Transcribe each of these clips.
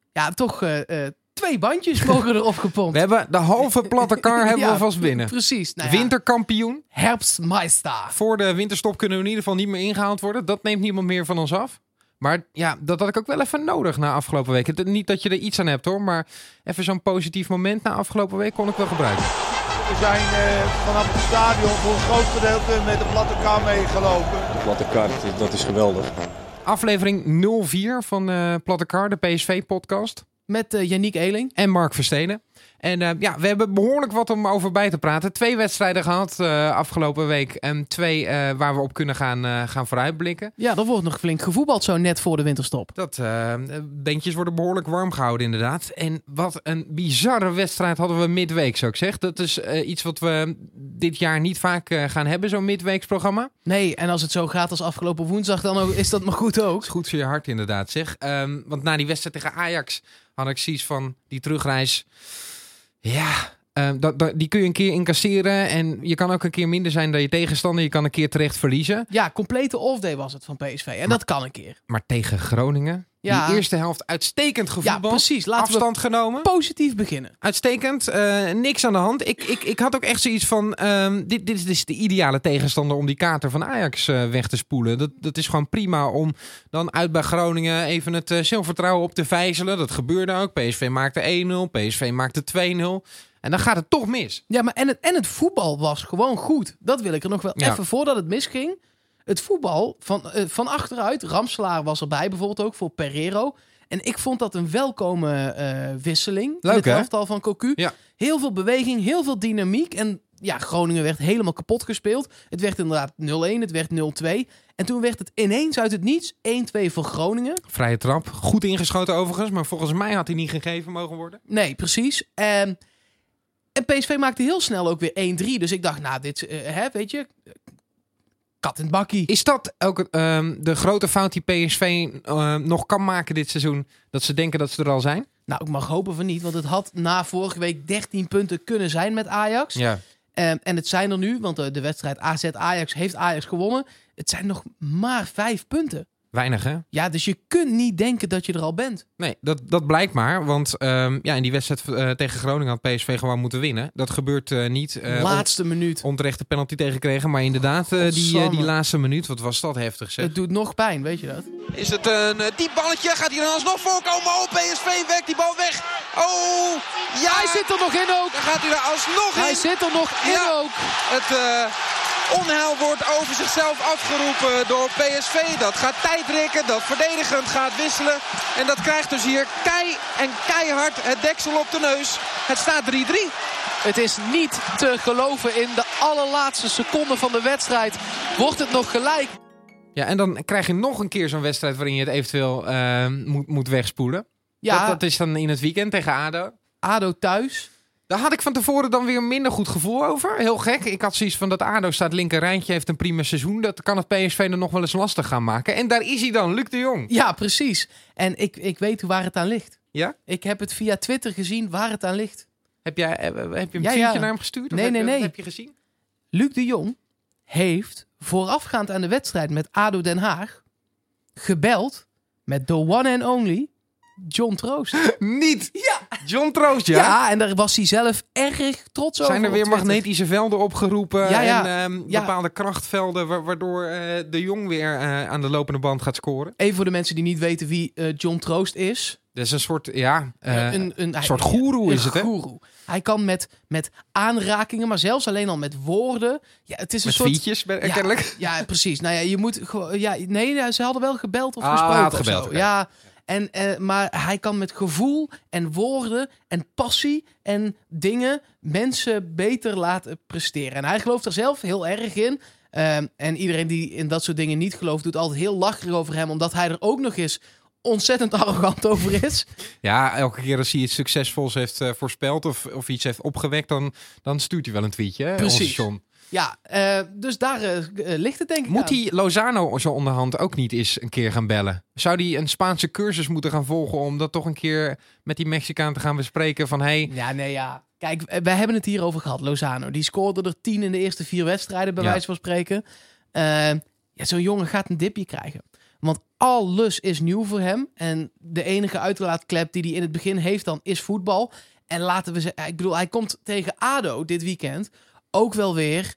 Ja, toch 2 bandjes mogen erop gepompt. We hebben de halve platte kar hebben we alvast binnen. Precies. Nou ja, Winterkampioen. Herbstmeister. Voor de winterstop kunnen we in ieder geval niet meer ingehaald worden. Dat neemt niemand meer van ons af. Maar ja, dat had ik ook wel even nodig na afgelopen week. Niet dat je er iets aan hebt hoor, maar even zo'n positief moment na afgelopen week kon ik wel gebruiken. We zijn vanaf het stadion voor een groot gedeelte met de platte kar meegelopen. De platte kar, dat is geweldig. Aflevering 04 van Platte Kar, de PSV-podcast. Met Yannick Eeling. En Mark Versteden. En we hebben behoorlijk wat om over bij te praten. 2 wedstrijden gehad afgelopen week. En 2 waar we op kunnen gaan vooruitblikken. Ja, er wordt nog flink gevoetbald zo net voor de winterstop. Dat beentjes worden behoorlijk warm gehouden inderdaad. En wat een bizarre wedstrijd hadden we midweek, zou ik zeggen. Dat is iets wat we dit jaar niet vaak gaan hebben, zo'n midweeksprogramma. Nee, en als het zo gaat als afgelopen woensdag, dan is dat maar goed ook. Dat is goed voor je hart inderdaad, zeg. Want na die wedstrijd tegen Ajax had ik zoiets van die terugreis. Ja, die kun je een keer incasseren. En je kan ook een keer minder zijn dan je tegenstander. Je kan een keer terecht verliezen. Ja, complete off-day was het van PSV. En dat kan een keer. Maar tegen Groningen, ja. Die eerste helft uitstekend gevoetbald. Ja, precies. Laten afstand we genomen. Positief beginnen. Uitstekend. Niks aan de hand. Ik had ook echt zoiets van... Dit is dus de ideale tegenstander om die kater van Ajax weg te spoelen. Dat is gewoon prima om dan uit bij Groningen even het zelfvertrouwen op te vijzelen. Dat gebeurde ook. PSV maakte 1-0. PSV maakte 2-0. En dan gaat het toch mis. Ja, maar en het voetbal was gewoon goed. Dat wil ik er nog wel even voordat het misging. Het voetbal van achteruit. Ramselaar was erbij bijvoorbeeld ook voor Pereiro. En ik vond dat een welkome wisseling. Leuk, in het hè? elftal van Cocu. Ja. Heel veel beweging, heel veel dynamiek. En ja, Groningen werd helemaal kapot gespeeld. Het werd inderdaad 0-1, het werd 0-2. En toen werd het ineens uit het niets 1-2 voor Groningen. Vrije trap. Goed ingeschoten overigens. Maar volgens mij had hij niet gegeven mogen worden. Nee, precies. En PSV maakte heel snel ook weer 1-3. Dus ik dacht, nou, dit, weet je, kat in het bakkie. Is dat ook de grote fout die PSV nog kan maken dit seizoen? Dat ze denken dat ze er al zijn? Nou, ik mag hopen van niet. Want het had na vorige week 13 punten kunnen zijn met Ajax. Ja. En het zijn er nu, want de wedstrijd AZ-Ajax heeft Ajax gewonnen. Het zijn nog maar 5 punten. Weinig, hè? Ja, dus je kunt niet denken dat je er al bent. Nee, dat blijkt maar. Want in die wedstrijd tegen Groningen had PSV gewoon moeten winnen. Dat gebeurt niet. Laatste minuut. Onterechte penalty tegengekregen. Maar inderdaad, die laatste minuut. Wat was dat heftig, zeg. Het doet nog pijn, weet je dat? Is het een diep balletje? Gaat hij er alsnog voorkomen? Oh, PSV werkt die bal weg. Oh, ja. Hij zit er nog in ook. Dan gaat hij er alsnog in. Hij zit er nog in ook. Het onheil wordt over zichzelf afgeroepen door PSV. Dat gaat tijdrekken, dat verdedigend gaat wisselen. En dat krijgt dus hier keihard het deksel op de neus. Het staat 3-3. Het is niet te geloven. In de allerlaatste seconde van de wedstrijd wordt het nog gelijk. Ja, en dan krijg je nog een keer zo'n wedstrijd waarin je het eventueel moet wegspoelen. Ja. Dat is dan in het weekend tegen ADO. ADO thuis. Daar had ik van tevoren dan weer een minder goed gevoel over. Heel gek. Ik had zoiets van dat ADO staat linker rijntje, heeft een prima seizoen. Dat kan het PSV er nog wel eens lastig gaan maken. En daar is hij dan, Luc de Jong. Ja, precies. En ik weet waar het aan ligt. Ja? Ik heb het via Twitter gezien waar het aan ligt. Heb je een tweetje naar hem gestuurd? Nee. Heb je gezien? Luc de Jong heeft voorafgaand aan de wedstrijd met ADO Den Haag gebeld met the one and only John Troost. Niet! Ja! John Troost, ja? Ja, en daar was hij zelf erg trots over. Zijn er weer magnetische velden opgeroepen en Ja. bepaalde krachtvelden waardoor de Jong weer aan de lopende band gaat scoren? Even voor de mensen die niet weten wie John Troost is. Dat is een soort, een soort goeroe is het, hè? Goeroe. Hij kan met aanrakingen, maar zelfs alleen al met woorden. Ja, het is een met soort fietjes, kennelijk. Ja, precies. Nou ja, je moet gewoon. Ja, nee, ze hadden wel gebeld of hij gesproken. had gebeld. Okay. Ja. Maar hij kan met gevoel en woorden en passie en dingen mensen beter laten presteren. En hij gelooft er zelf heel erg in. En iedereen die in dat soort dingen niet gelooft, doet altijd heel lacherig over hem, omdat hij er ook nog eens ontzettend arrogant over is. Ja, elke keer als hij iets succesvols heeft voorspeld of iets heeft opgewekt, dan stuurt hij wel een tweetje. Hè? Precies. Ja, dus daar ligt het denk ik Moet aan. hij Lozano zo onderhand ook niet eens een keer gaan bellen? Zou hij een Spaanse cursus moeten gaan volgen om dat toch een keer met die Mexicaan te gaan bespreken van Ja. Kijk, wij hebben het hier over gehad, Lozano. Die scoorde er 10 in de eerste 4 wedstrijden, bij wijze van spreken. Zo'n jongen gaat een dipje krijgen. Want alles is nieuw voor hem. En de enige uitlaatklep die hij in het begin heeft dan is voetbal. En laten we zeggen, ik bedoel, hij komt tegen ADO dit weekend ook wel weer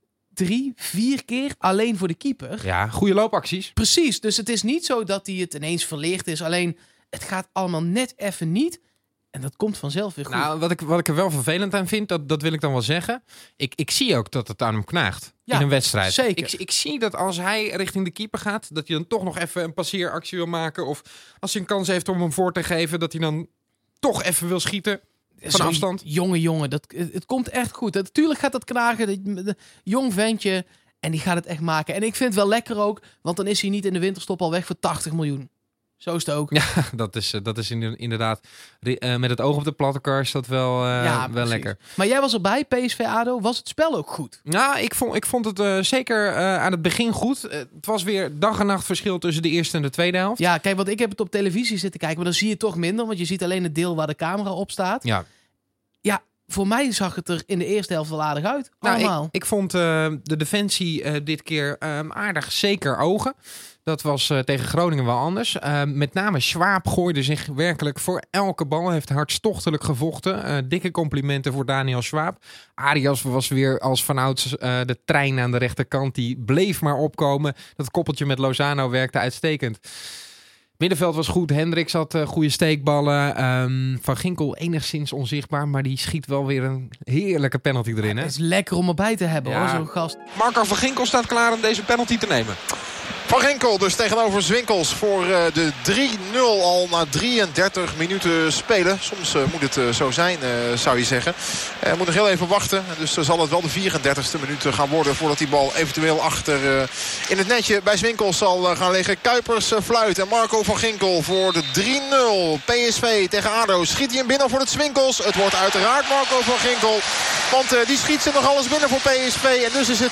3-4 keer alleen voor de keeper. Ja, goede loopacties. Precies, dus het is niet zo dat hij het ineens verleerd is. Alleen, het gaat allemaal net even niet. En dat komt vanzelf weer goed. Nou, wat ik er wel vervelend aan vind, dat wil ik dan wel zeggen. Ik zie ook dat het aan hem knaagt Ja, in een wedstrijd. zeker. Ik zie dat als hij richting de keeper gaat, dat hij dan toch nog even een passeeractie wil maken. Of als hij een kans heeft om hem voor te geven, dat hij dan toch even wil schieten van Zo'n afstand. Jongen, het komt echt goed. Natuurlijk gaat dat knagen. Jong ventje. En die gaat het echt maken. En ik vind het wel lekker ook. Want dan is hij niet in de winterstop al weg voor 80 miljoen. Zo is het ook. Ja, dat is inderdaad met het oog op de plattekar is dat wel precies. lekker. Maar jij was erbij, PSV ADO. Was het spel ook goed? Nou, ik vond het zeker aan het begin goed. Het was weer dag en nacht verschil tussen de eerste en de tweede helft. Ja, kijk, want ik heb het op televisie zitten kijken. Maar dan zie je toch minder. Want je ziet alleen het deel waar de camera op staat. Ja. Ja, voor mij zag het er in de eerste helft wel aardig uit. Nou, Allemaal. ik vond de defensie dit keer aardig. Zeker ogen. Dat was tegen Groningen wel anders. Met name Schwab gooide zich werkelijk voor elke bal. Heeft hartstochtelijk gevochten. Dikke complimenten voor Daniel Schwab. Arias was weer als vanouds de trein aan de rechterkant. Die bleef maar opkomen. Dat koppeltje met Lozano werkte uitstekend. Middenveld was goed. Hendricks had goede steekballen. Van Ginkel enigszins onzichtbaar. Maar die schiet wel weer een heerlijke penalty erin. Hè? Het is lekker om erbij te hebben, Ja. hoor, zo'n gast. Marco van Ginkel staat klaar om deze penalty te nemen. Van Ginkel dus tegenover Zwinkels voor de 3-0 al na 33 minuten spelen. Soms moet het zo zijn, zou je zeggen. Moet nog heel even wachten. Dus zal het wel de 34e minuut gaan worden voordat die bal eventueel achter in het netje bij Zwinkels zal gaan liggen. Kuipers fluit en Marco van Ginkel voor de 3-0. PSV tegen ADO. Schiet hij hem binnen voor het Zwinkels? Het wordt uiteraard Marco van Ginkel. Want die schiet ze nog alles binnen voor PSV. En dus is het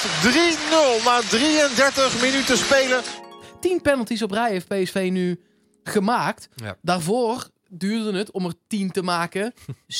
3-0 na 33 minuten spelen. 10 penalties op rij heeft PSV nu gemaakt. Ja. Daarvoor duurde het om er 10 te maken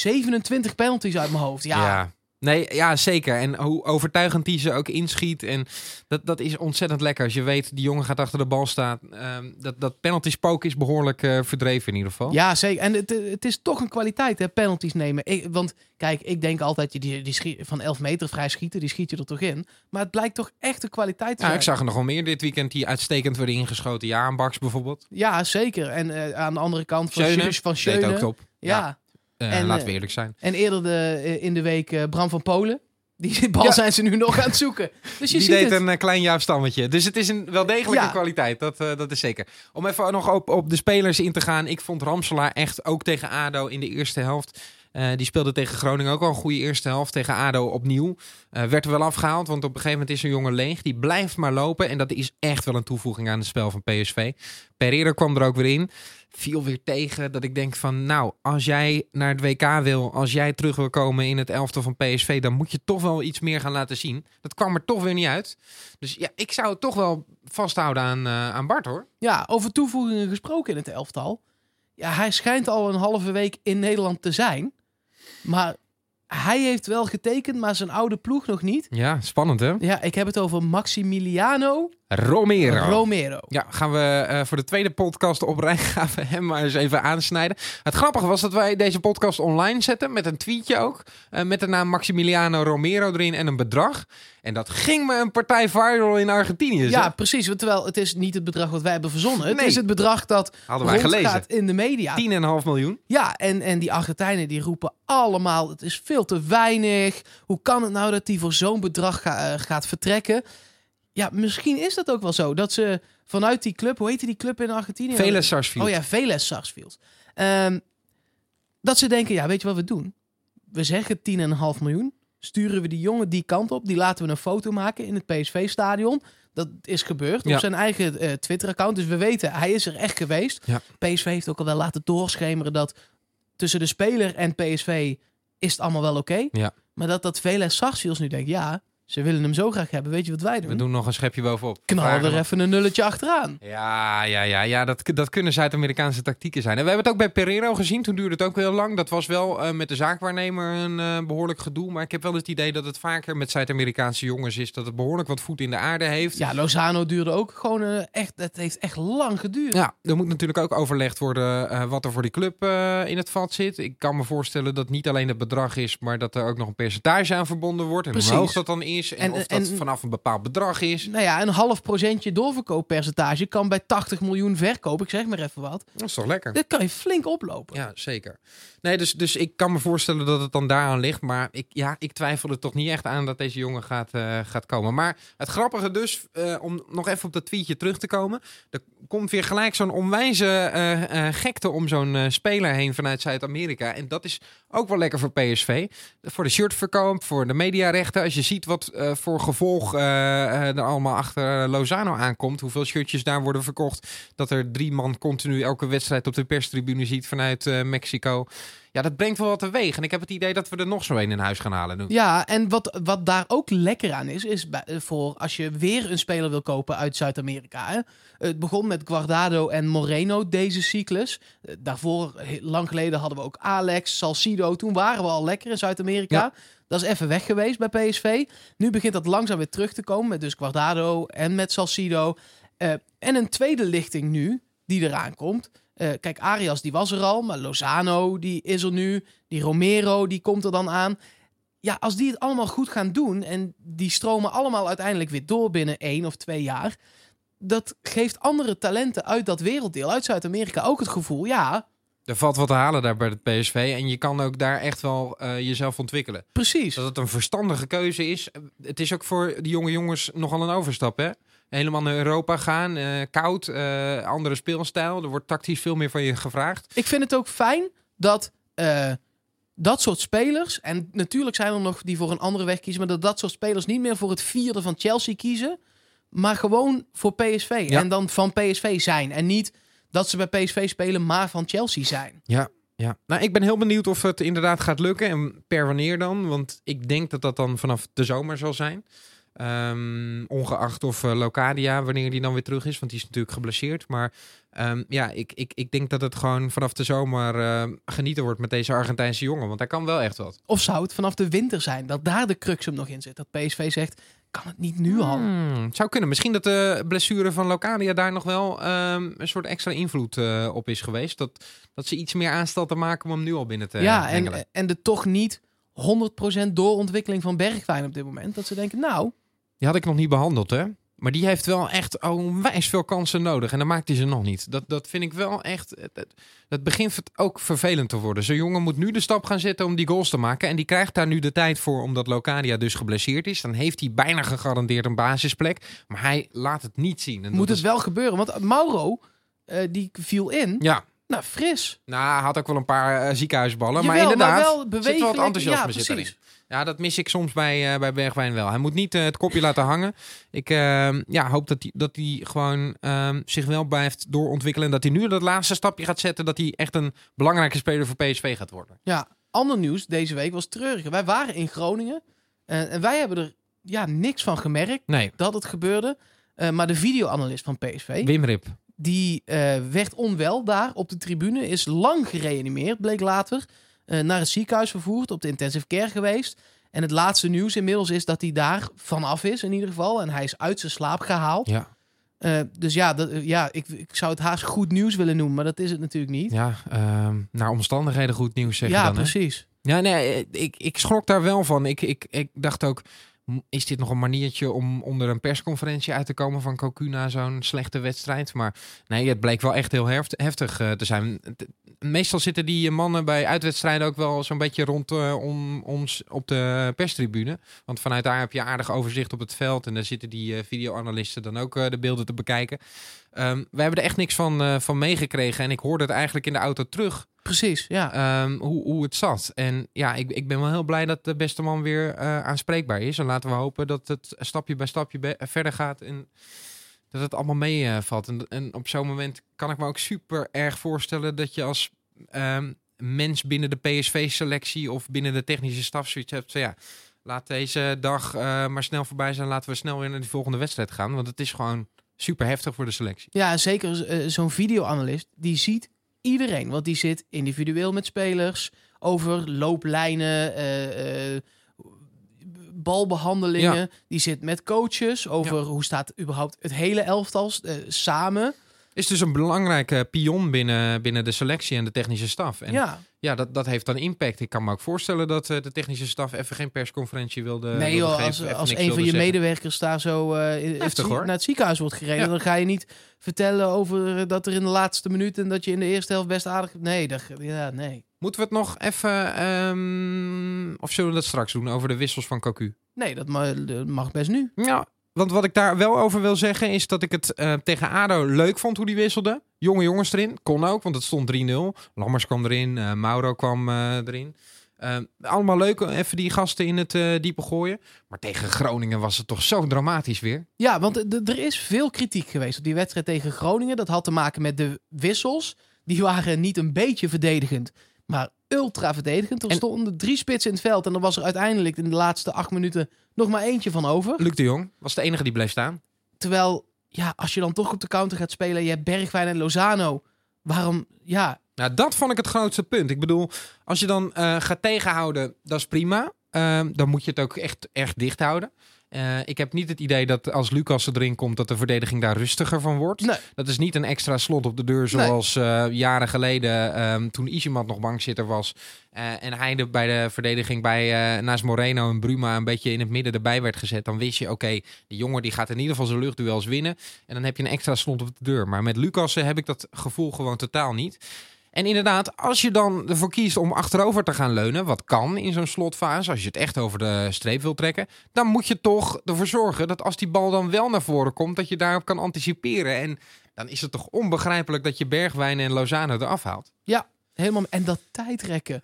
27 penalties uit mijn hoofd. Ja. Nee, ja, zeker. En hoe overtuigend die ze ook inschiet. En dat is ontzettend lekker. Als je weet, die jongen gaat achter de bal staan. Dat penalty spook is behoorlijk verdreven in ieder geval. Ja, zeker. En het is toch een kwaliteit, hè, penalties nemen. Want kijk, ik denk altijd, die van 11 meter vrij schieten, die schiet je er toch in. Maar het blijkt toch echt een kwaliteit te Ja, zijn. ik zag er nog wel meer dit weekend die uitstekend werden ingeschoten. Ja, aan Baks bijvoorbeeld. Ja, zeker. En aan de andere kant van Schöne Schöne. deed ook top. Ja. En, laten we eerlijk zijn. En eerder in de week Bram van Polen. Die bal zijn ze nu nog aan het zoeken. Dus je Die ziet deed het. een klein Jaap Stammetje. Dus het is wel degelijk Ja. een kwaliteit. Dat is zeker. Om even nog op de spelers in te gaan. Ik vond Ramselaar echt ook tegen ADO in de eerste helft. Die speelde tegen Groningen ook al een goede eerste helft. Tegen ADO opnieuw. Werd er wel afgehaald. Want op een gegeven moment is een jongen leeg. Die blijft maar lopen. En dat is echt wel een toevoeging aan het spel van PSV. Pereira kwam er ook weer in. Viel weer tegen dat ik denk van... Nou, als jij naar het WK wil... Als jij terug wil komen in het elftal van PSV... Dan moet je toch wel iets meer gaan laten zien. Dat kwam er toch weer niet uit. Dus ja, ik zou het toch wel vasthouden aan Bart, hoor. Ja, over toevoegingen gesproken in het elftal. Ja, hij schijnt al een halve week in Nederland te zijn. Maar hij heeft wel getekend, maar zijn oude ploeg nog niet. Ja, spannend, hè? Ja, ik heb het over Maximiliano Romero. Ja, gaan we voor de tweede podcast op rij gaan we hem maar eens even aansnijden. Het grappige was dat wij deze podcast online zetten met een tweetje ook. Met de naam Maximiliano Romero erin en een bedrag. En dat ging me een partij viral in Argentinië. Ja, precies. Terwijl het is niet het bedrag wat wij hebben verzonnen. Het Nee. is het bedrag dat Hadden wij rondgaat gelezen. in de media. 10,5 miljoen. Ja, en die Argentijnen die roepen allemaal... het is veel te weinig. Hoe kan het nou dat die voor zo'n bedrag gaat vertrekken? Ja, misschien is dat ook wel zo. Dat ze vanuit die club... Hoe heette die club in Argentinië? Vélez Sarsfield. Oh ja, Vélez Sarsfield. Dat ze denken, ja, weet je wat we doen? We zeggen 10,5 miljoen. Sturen we die jongen die kant op. Die laten we een foto maken in het PSV-stadion. Dat is gebeurd op zijn eigen Twitter-account. Dus we weten, hij is er echt geweest. Ja. PSV heeft ook al wel laten doorschemeren dat tussen de speler en PSV is het allemaal wel oké. Ja. Maar dat Vélez Sarsfield nu denkt, ja, Ze willen hem zo graag hebben. Weet je wat wij doen? We doen nog een schepje bovenop. Knallen er even een nulletje achteraan. Ja, dat kunnen Zuid-Amerikaanse tactieken zijn. En we hebben het ook bij Pereiro gezien. Toen duurde het ook wel lang. Dat was wel met de zaakwaarnemer een behoorlijk gedoe. Maar ik heb wel het idee dat het vaker met Zuid-Amerikaanse jongens is. Dat het behoorlijk wat voet in de aarde heeft. Ja, Lozano duurde ook gewoon het heeft echt lang geduurd. Ja, er moet natuurlijk ook overlegd worden wat er voor die club in het vat zit. Ik kan me voorstellen dat niet alleen het bedrag is, maar dat er ook nog een percentage aan verbonden wordt. En hoe hoog dat dan is. En of dat vanaf een bepaald bedrag is. Nou ja, een 0,5% doorverkooppercentage kan bij 80 miljoen verkoop, ik zeg maar even wat. Dat is toch lekker? Dat kan je flink oplopen. Ja, zeker. Nee, dus ik kan me voorstellen dat het dan daaraan ligt. Maar ik twijfel er toch niet echt aan dat deze jongen gaat komen. Maar het grappige dus, om nog even op dat tweetje terug te komen. Er komt weer gelijk zo'n onwijze gekte om zo'n speler heen vanuit Zuid-Amerika. En dat is ook wel lekker voor PSV. Voor de shirtverkoop, voor de mediarechten. Als je ziet wat voor gevolg er allemaal achter Lozano aankomt. Hoeveel shirtjes daar worden verkocht. Dat er 3 man continu elke wedstrijd op de perstribune ziet vanuit Mexico. Ja, dat brengt wel wat teweeg. En ik heb het idee dat we er nog zo een in huis gaan halen nu. Ja, en wat daar ook lekker aan is voor als je weer een speler wil kopen uit Zuid-Amerika. Hè? Het begon met Guardado en Moreno deze cyclus. Daarvoor, lang geleden, hadden we ook Alex, Salcido. Toen waren we al lekker in Zuid-Amerika. Ja. Dat is even weg geweest bij PSV. Nu begint dat langzaam weer terug te komen met dus Guardado en met Salcido. En een tweede lichting nu, die eraan komt. Kijk, Arias die was er al, maar Lozano die is er nu. Die Romero die komt er dan aan. Ja, als die het allemaal goed gaan doen en die stromen allemaal uiteindelijk weer door binnen 1 of 2 jaar. Dat geeft andere talenten uit dat werelddeel, uit Zuid-Amerika ook het gevoel, ja. Er valt wat te halen daar bij het PSV en je kan ook daar echt wel jezelf ontwikkelen. Precies. Dat het een verstandige keuze is. Het is ook voor die jonge jongens nogal een overstap, hè? Helemaal naar Europa gaan, koud, andere speelstijl. Er wordt tactisch veel meer van je gevraagd. Ik vind het ook fijn dat dat soort spelers, en natuurlijk zijn er nog die voor een andere weg kiezen, maar dat soort spelers niet meer voor het 4e van Chelsea kiezen, maar gewoon voor PSV. Ja. En dan van PSV zijn. En niet dat ze bij PSV spelen, maar van Chelsea zijn. Ja. Nou, ik ben heel benieuwd of het inderdaad gaat lukken en per wanneer dan. Want ik denk dat dat dan vanaf de zomer zal zijn. Ongeacht of Locadia, wanneer die dan weer terug is. Want die is natuurlijk geblesseerd. Maar ik denk dat het gewoon vanaf de zomer genieten wordt met deze Argentijnse jongen. Want hij kan wel echt wat. Of zou het vanaf de winter zijn? Dat daar de crux hem nog in zit. Dat PSV zegt, kan het niet nu al? Het zou kunnen. Misschien dat de blessure van Locadia daar nog wel een soort extra invloed op is geweest. Dat ze iets meer aanstel te maken om hem nu al binnen te hengelen. En de toch niet 100% doorontwikkeling van Bergwijn op dit moment. Dat ze denken, nou... Die had ik nog niet behandeld, hè? Maar die heeft wel echt onwijs veel kansen nodig. En dan maakt hij ze nog niet. Dat vind ik wel echt... Dat begint ook vervelend te worden. Zo'n jongen moet nu de stap gaan zetten om die goals te maken. En die krijgt daar nu de tijd voor, omdat Locadia dus geblesseerd is. Dan heeft hij bijna gegarandeerd een basisplek. Maar hij laat het niet zien. En moet het wel gebeuren. Want Mauro, die viel in... Ja. Nou, fris. Nou, had ook wel een paar ziekenhuisballen. Jawel, maar inderdaad, maar wel zit wel wat enthousiasme zit erin. Ja, dat mis ik soms bij Bergwijn wel. Hij moet niet het kopje laten hangen. Ik hoop dat hij gewoon zich wel blijft doorontwikkelen. En dat hij nu dat laatste stapje gaat zetten. Dat hij echt een belangrijke speler voor PSV gaat worden. Ja, ander nieuws deze week was treurig. Wij waren in Groningen. En wij hebben er niks van gemerkt dat het gebeurde. Maar de videoanalist van PSV... Wim Rip. Die werd onwel daar op de tribune. Is lang gereanimeerd, bleek later. Naar het ziekenhuis vervoerd, op de intensive care geweest. En het laatste nieuws inmiddels is dat hij daar vanaf is in ieder geval. En hij is uit zijn slaap gehaald. Ja. Dus ik zou het haast goed nieuws willen noemen, maar dat is het natuurlijk niet. Ja, naar omstandigheden goed nieuws zeg je dan. Ja, precies. Ja, nee, ik schrok daar wel van. Ik dacht ook, is dit nog een maniertje om onder een persconferentie uit te komen van Cocu na zo'n slechte wedstrijd? Maar nee, het bleek wel echt heel heftig te zijn. Meestal zitten die mannen bij uitwedstrijden ook wel zo'n beetje rond ons op de perstribune. Want vanuit daar heb je aardig overzicht op het veld. En daar zitten die videoanalisten dan ook de beelden te bekijken. We hebben er echt niks van meegekregen. En ik hoorde het eigenlijk in de auto terug. Precies, ja. Hoe het zat. En ja, ik ben wel heel blij dat de beste man weer aanspreekbaar is. En laten we hopen dat het stapje bij stapje verder gaat. En dat het allemaal meevalt. En op zo'n moment kan ik me ook super erg voorstellen dat je als mens binnen de PSV-selectie of binnen de technische staf zoiets hebt. Ja, laat deze dag maar snel voorbij zijn. Laten we snel weer naar die volgende wedstrijd gaan. Want het is gewoon super heftig voor de selectie. Ja, zeker zo'n videoanalist, die ziet iedereen. Want die zit individueel met spelers over looplijnen, balbehandelingen. Ja. Die zit met coaches over hoe staat überhaupt het hele elftal samen. Is dus een belangrijke pion binnen de selectie en de technische staf. En dat heeft dan impact. Ik kan me ook voorstellen dat de technische staf even geen persconferentie wilde geven. Als een van je medewerkers daar zo naar het ziekenhuis wordt gereden, dan ga je niet vertellen over dat er in de laatste minuut en dat je in de eerste helft best aardig... Nee. Moeten we het nog even... of zullen we dat straks doen over de wissels van Cocu? Nee, dat mag best nu. Ja. Want wat ik daar wel over wil zeggen is dat ik het tegen ADO leuk vond hoe die wisselde. Jonge jongens erin. Kon ook, want het stond 3-0. Lammers kwam erin. Mauro kwam erin. Allemaal leuk even die gasten in het diepe gooien. Maar tegen Groningen was het toch zo dramatisch weer. Ja, want er is veel kritiek geweest op die wedstrijd tegen Groningen. Dat had te maken met de wissels. Die waren niet een beetje verdedigend, maar ultra verdedigend. Er stonden 3 spitsen in het veld en er was er uiteindelijk in de laatste 8 minuten nog maar eentje van over. Luc de Jong was de enige die bleef staan. Terwijl, als je dan toch op de counter gaat spelen, je hebt Bergwijn en Lozano. Waarom, Nou, dat vond ik het grootste punt. Ik bedoel, als je dan gaat tegenhouden, dat is prima. Dan moet je het ook echt dicht houden. Ik heb niet het idee dat als Lucas erin komt, dat de verdediging daar rustiger van wordt. Nee. Dat is niet een extra slot op de deur zoals jaren geleden toen Isimat nog bankzitter was. En hij bij de verdediging naast Moreno en Bruma een beetje in het midden erbij werd gezet. Dan wist je, oké, die jongen die gaat in ieder geval zijn luchtduels winnen. En dan heb je een extra slot op de deur. Maar met Lucas heb ik dat gevoel gewoon totaal niet. En inderdaad, als je dan ervoor kiest om achterover te gaan leunen, wat kan in zo'n slotfase, als je het echt over de streep wil trekken, dan moet je toch ervoor zorgen dat als die bal dan wel naar voren komt, dat je daarop kan anticiperen. En dan is het toch onbegrijpelijk dat je Bergwijn en Lozano eraf haalt. Ja, helemaal. En dat tijdrekken.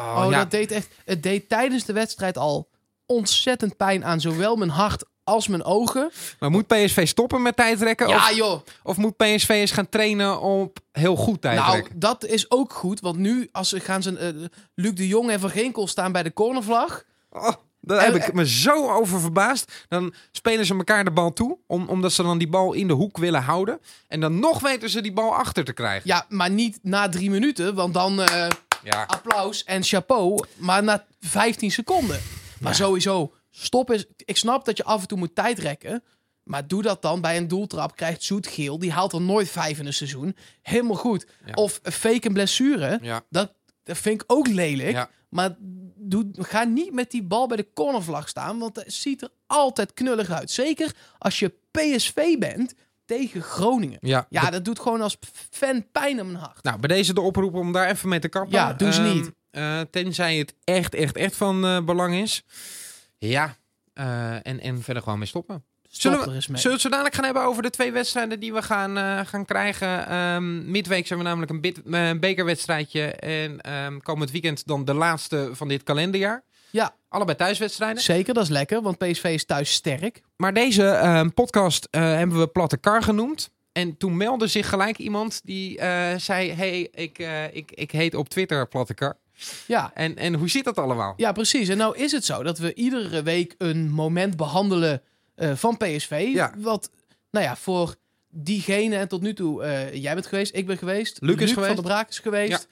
Het deed tijdens de wedstrijd al ontzettend pijn aan zowel mijn hart als mijn ogen. Maar moet PSV stoppen met tijdrekken? Ja, joh. Of moet PSV eens gaan trainen op heel goed tijdrekken? Nou, dat is ook goed. Want nu, als ze gaan Luc de Jong en Van Ginkel staan bij de cornervlag. Daar heb ik me zo over verbaasd. Dan spelen ze elkaar de bal toe, omdat ze dan die bal in de hoek willen houden. En dan nog weten ze die bal achter te krijgen. Ja, maar niet na 3 minuten, want dan applaus en chapeau. Maar na 15 seconden. Maar sowieso, stop eens. Ik snap dat je af en toe moet tijdrekken. Maar doe dat dan bij een doeltrap. Krijgt Zoet geel. Die haalt er nooit 5 in een seizoen. Helemaal goed. Ja. Of fake een blessure. Ja. Dat vind ik ook lelijk. Ja. Maar ga niet met die bal bij de cornervlag staan. Want het ziet er altijd knullig uit. Zeker als je PSV bent tegen Groningen. Ja, dat doet gewoon als fan pijn in mijn hart. Nou, bij deze de oproep om daar even mee te kappen. Ja, doe ze niet. Tenzij het echt van belang is. Ja, en verder gewoon mee stoppen. Zullen we het zo dadelijk gaan hebben over de 2 wedstrijden die we gaan krijgen? Midweek zijn we namelijk een bekerwedstrijdje. En komend weekend dan de laatste van dit kalenderjaar. Ja. Allebei thuiswedstrijden. Zeker, dat is lekker, want PSV is thuis sterk. Maar deze podcast hebben we Platte Kar genoemd. En toen meldde zich gelijk iemand die zei... Hey, ik heet op Twitter Platte Kar. Ja. En hoe zit dat allemaal? Ja, precies. En nou is het zo dat we iedere week een moment behandelen van PSV. Ja. Wat, voor diegene en tot nu toe... jij bent geweest, ik ben geweest. Luc is geweest. Van der Braak is geweest.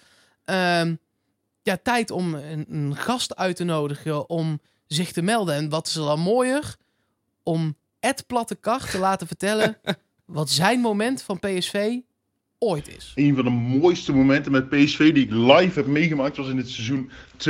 Ja. Tijd om een gast uit te nodigen om zich te melden. En wat is er dan mooier? Om Ed Platte Kar te laten vertellen wat zijn moment van PSV ooit is. Een van de mooiste momenten met PSV die ik live heb meegemaakt was in het seizoen 2015-2016.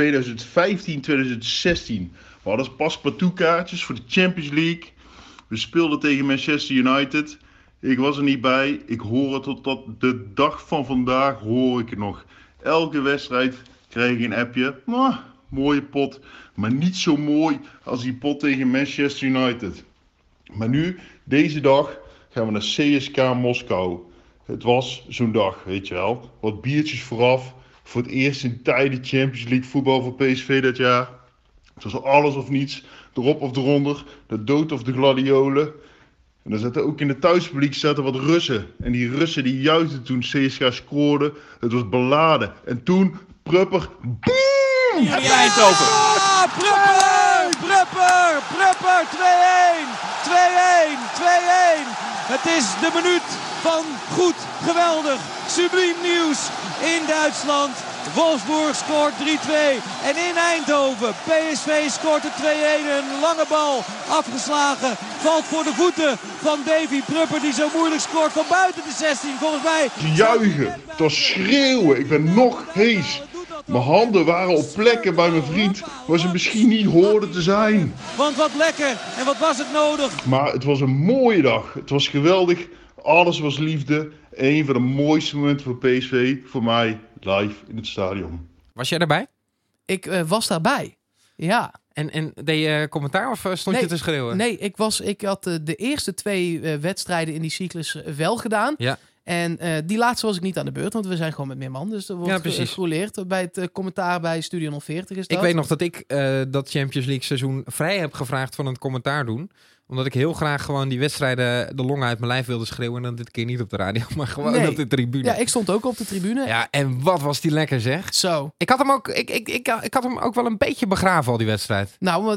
We hadden paspartout kaartjes voor de Champions League. We speelden tegen Manchester United. Ik was er niet bij. Ik hoor het tot de dag van vandaag hoor ik het nog. Elke wedstrijd krijg ik een appje. Mooie pot. Maar niet zo mooi als die pot tegen Manchester United. Maar nu, deze dag, gaan we naar CSK Moskou. Het was zo'n dag, weet je wel. Wat biertjes vooraf. Voor het eerst in tijden Champions League voetbal voor PSV dat jaar. Het was alles of niets. Erop of eronder. De dood of de gladiolen. En dan zaten ook in het thuispubliek zaten wat Russen. En die Russen die juichten toen CSK scoorde. Het was beladen. En toen, Prupper. Boom! Ja, Eindhoven. Prupper, 2-1. 2-1. Het is de minuut van goed, geweldig, subliem nieuws in Duitsland. Wolfsburg scoort 3-2. En in Eindhoven, PSV scoort de 2-1. Een lange bal afgeslagen. Valt voor de voeten van Davy Prupper, die zo moeilijk scoort van buiten de 16. Volgens mij... Juichen, het was schreeuwen, ik ben nog hees. Mijn handen waren op plekken bij mijn vriend waar ze misschien niet hoorden te zijn. Want wat lekker en wat was het nodig. Maar het was een mooie dag, het was geweldig. Alles was liefde. Een van de mooiste momenten voor PSV, voor mij, live in het stadion. Was jij daarbij? Ik was daarbij, ja. En deed je commentaar of stond je te schreeuwen? Nee, ik had de eerste 2 wedstrijden in die cyclus wel gedaan. Ja. En die laatste was ik niet aan de beurt, want we zijn gewoon met meer man. Dus er wordt gerouleerd bij het commentaar bij Studio 040. Is dat. Ik weet nog dat ik dat Champions League seizoen vrij heb gevraagd van het commentaar doen. Omdat ik heel graag gewoon die wedstrijden de longen uit mijn lijf wilde schreeuwen. En dan dit keer niet op de radio, maar gewoon op de tribune. Ja, ik stond ook op de tribune. Ja, en wat was die lekker zeg. Zo. Ik had hem ook wel een beetje begraven al die wedstrijd. Nou,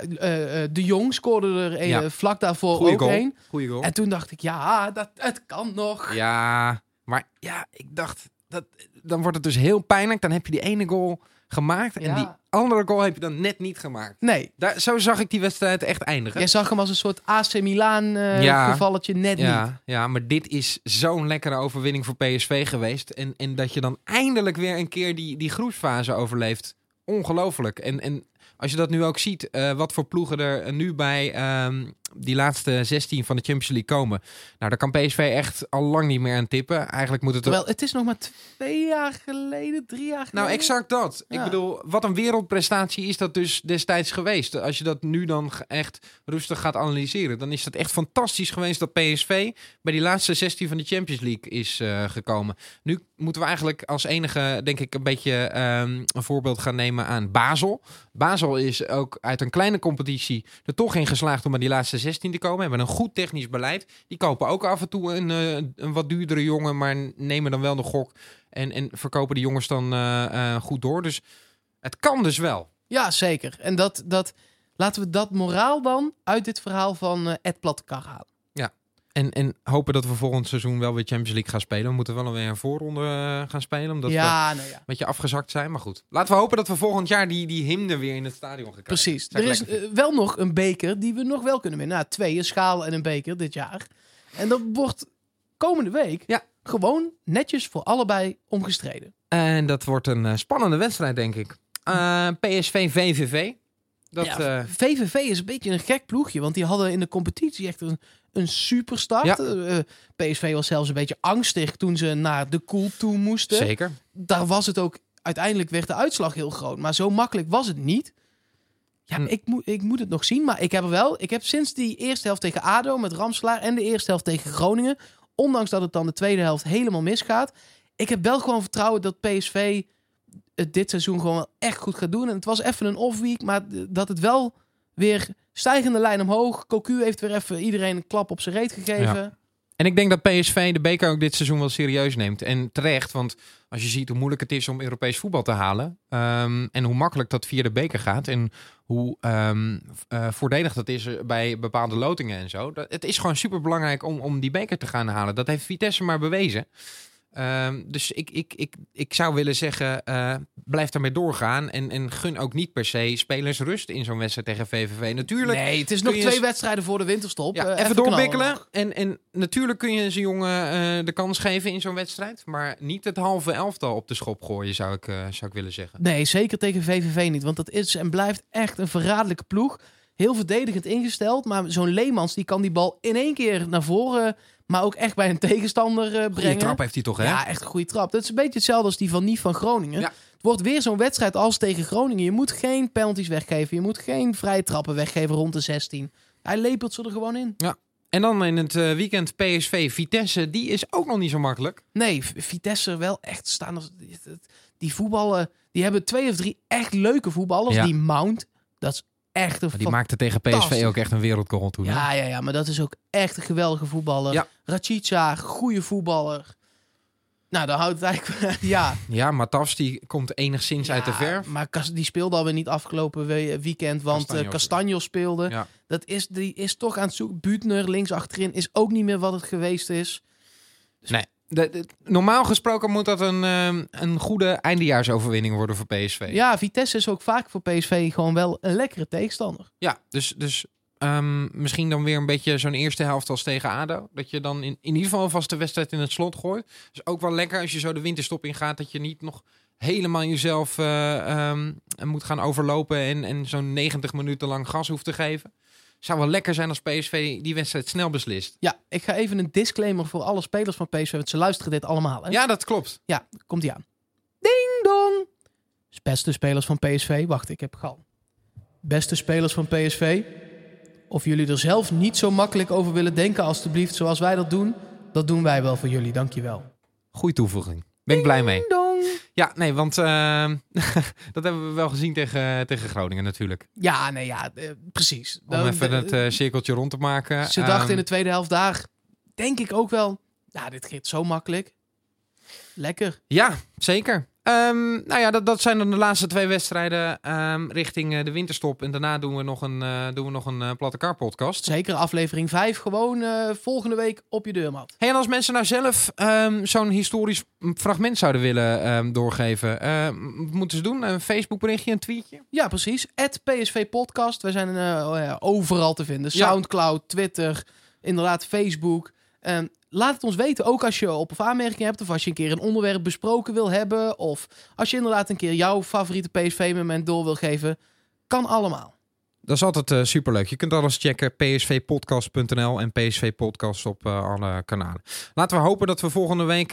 de Jong scoorde er vlak daarvoor Goeie ook goal. een. Goeie goal. En toen dacht ik, het kan nog. Ja, maar ja, ik dacht, dan wordt het dus heel pijnlijk. Dan heb je die ene goal gemaakt en die andere goal heb je dan net niet gemaakt. Nee. Zo zag ik die wedstrijd echt eindigen. Jij zag hem als een soort AC Milan gevalletje net niet. Ja, maar dit is zo'n lekkere overwinning voor PSV geweest. En dat je dan eindelijk weer een keer die groepsfase overleeft. Ongelooflijk. En als je dat nu ook ziet, wat voor ploegen er nu bij die laatste 16 van de Champions League komen. Nou, daar kan PSV echt al lang niet meer aan tippen. Eigenlijk moet het... Terwijl, het is nog maar 3 jaar geleden. Nou, exact dat. Ja. Ik bedoel, wat een wereldprestatie is dat dus destijds geweest. Als je dat nu dan echt rustig gaat analyseren, dan is dat echt fantastisch geweest dat PSV bij die laatste 16 van de Champions League is gekomen. Nu moeten we eigenlijk als enige, denk ik, een beetje een voorbeeld gaan nemen aan Basel. Basel is ook uit een kleine competitie er toch in geslaagd om bij die laatste 16 te komen. Hebben een goed technisch beleid. Die kopen ook af en toe een wat duurdere jongen, maar nemen dan wel de gok en verkopen die jongens dan goed door. Dus het kan dus wel. Ja, zeker. En laten we dat moraal dan uit dit verhaal van Ed Plattekar halen. Ja. En hopen dat we volgend seizoen wel weer Champions League gaan spelen. We moeten wel weer een voorronde gaan spelen. Omdat we een beetje afgezakt zijn. Maar goed, laten we hopen dat we volgend jaar die hymne weer in het stadion gaan krijgen. Precies. Er is wel nog een beker die we nog wel kunnen winnen. Nou, 2, een schaal en een beker dit jaar. En dat wordt komende week gewoon netjes voor allebei omgestreden. En dat wordt een spannende wedstrijd, denk ik. PSV-VVV. VVV is een beetje een gek ploegje. Want die hadden in de competitie echt een superstart. Ja. PSV was zelfs een beetje angstig toen ze naar de Koel toe moesten. Zeker. Daar was het ook... Uiteindelijk werd de uitslag heel groot. Maar zo makkelijk was het niet. Ja, ik moet het nog zien. Maar ik heb sinds die eerste helft tegen ADO met Ramselaar en de eerste helft tegen Groningen, ondanks dat het dan de tweede helft helemaal misgaat, ik heb wel gewoon vertrouwen dat PSV het dit seizoen gewoon wel echt goed gaat doen. En het was even een off-week, maar dat het wel weer stijgende lijn omhoog. Cocu heeft weer even iedereen een klap op zijn reet gegeven. Ja. En ik denk dat PSV de beker ook dit seizoen wel serieus neemt. En terecht, want als je ziet hoe moeilijk het is om Europees voetbal te halen, en hoe makkelijk dat via de beker gaat en hoe voordelig dat is bij bepaalde lotingen en zo. Het is gewoon superbelangrijk om die beker te gaan halen. Dat heeft Vitesse maar bewezen. Dus ik zou willen zeggen, blijf daarmee doorgaan. En gun ook niet per se spelers rust in zo'n wedstrijd tegen VVV. Natuurlijk. Nee, het is nog 2 wedstrijden voor de winterstop. Ja, even doorwikkelen. En natuurlijk kun je zo'n jongen de kans geven in zo'n wedstrijd. Maar niet het halve elftal op de schop gooien, zou ik willen zeggen. Nee, zeker tegen VVV niet. Want dat is en blijft echt een verraderlijke ploeg. Heel verdedigend ingesteld. Maar zo'n Leemans die kan die bal in één keer naar voren, maar ook echt bij een tegenstander brengen. Goeie trap heeft hij toch, hè? Ja, echt een goede trap. Dat is een beetje hetzelfde als die van Nief van Groningen. Ja. Het wordt weer zo'n wedstrijd als tegen Groningen. Je moet geen penalties weggeven. Je moet geen vrije trappen weggeven rond de 16. Hij lepelt ze er gewoon in. Ja. En dan in het weekend PSV Vitesse. Die is ook nog niet zo makkelijk. Nee, Vitesse wel echt staan. Die voetballen, die hebben 2 of 3 echt leuke voetballers. Ja. Die Mount, dat is echt een die maakte tegen PSV ook echt een wereldgoal toen. Ja, maar dat is ook echt een geweldige voetballer. Ja. Rachica, goede voetballer. Nou, dan houdt het eigenlijk... ja. Ja, Matas die komt enigszins uit de verf. Maar die speelde alweer niet afgelopen weekend, want Castanjos speelde. Ja. Die is toch aan het zoeken. Buutner links achterin is ook niet meer wat het geweest is. Dus nee. Normaal gesproken moet dat een goede eindejaarsoverwinning worden voor PSV. Ja, Vitesse is ook vaak voor PSV gewoon wel een lekkere tegenstander. Ja, dus misschien dan weer een beetje zo'n eerste helft als tegen ADO. Dat je dan in ieder geval vast de wedstrijd in het slot gooit. Dus ook wel lekker als je zo de winterstop ingaat, dat je niet nog helemaal jezelf moet gaan overlopen en zo'n 90 minuten lang gas hoeft te geven. Zou wel lekker zijn als PSV die wedstrijd snel beslist. Ja, ik ga even een disclaimer voor alle spelers van PSV, want ze luisteren dit allemaal. Hè? Ja, dat klopt. Ja, komt ie aan. Ding dong! Beste spelers van PSV. Wacht, ik heb gal. Beste spelers van PSV. Of jullie er zelf niet zo makkelijk over willen denken, alstublieft, zoals wij dat doen wij wel voor jullie. Dankjewel. Goeie toevoeging. Ben ik blij mee. Ding dong! Ja, nee, want dat hebben we wel gezien tegen Groningen natuurlijk. Ja, nee, precies. Om even het cirkeltje rond te maken. Ze dachten in de tweede helft daar, denk ik ook wel, dit gaat zo makkelijk. Lekker. Ja, zeker. Dat zijn dan de laatste 2 wedstrijden richting de winterstop. En daarna doen we nog een Platte Kar podcast. Zeker, aflevering 5 gewoon volgende week op je deurmat. Hey, en als mensen nou zelf zo'n historisch fragment zouden willen doorgeven, wat moeten ze doen? Een Facebook berichtje, een tweetje? Ja, precies. @PSV Podcast. We zijn overal te vinden. Soundcloud, Twitter, inderdaad Facebook. Laat het ons weten, ook als je op- of aanmerkingen hebt, of als je een keer een onderwerp besproken wil hebben, of als je inderdaad een keer jouw favoriete PSV-moment door wil geven. Kan allemaal. Dat is altijd superleuk. Je kunt alles checken, psvpodcast.nl en PSV Podcast op alle kanalen. Laten we hopen dat we volgende week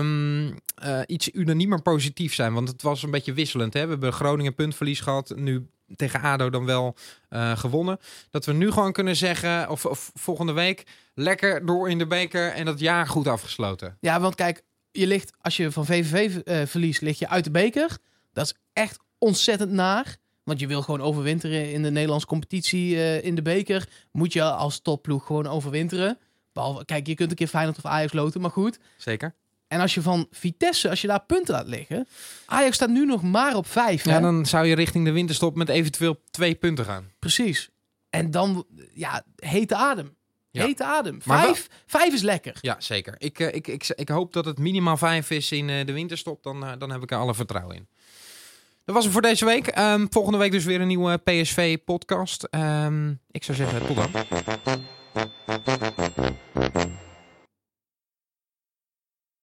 iets unaniemer positief zijn, want het was een beetje wisselend. Hè? We hebben Groningen puntverlies gehad, nu tegen ADO dan wel gewonnen. Dat we nu gewoon kunnen zeggen, of volgende week, lekker door in de beker en dat jaar goed afgesloten. Ja, want kijk, als je van VVV verliest, lig je uit de beker. Dat is echt ontzettend naar. Want je wil gewoon overwinteren in de Nederlandse competitie in de beker. Moet je als topploeg gewoon overwinteren. Behalve, kijk, je kunt een keer Feyenoord of Ajax loten, maar goed. Zeker. En als je van Vitesse, als je daar punten laat liggen. Ajax staat nu nog maar op 5. Ja, hè? dan zou je richting de winterstop met eventueel 2 punten gaan. Precies. En dan, hete adem. Ja. Hete adem. Maar 5 is lekker. Ja, zeker. Ik hoop dat het minimaal 5 is in de winterstop. Dan heb ik er alle vertrouwen in. Dat was het voor deze week. Volgende week dus weer een nieuwe PSV-podcast. Ik zou zeggen, tot dan.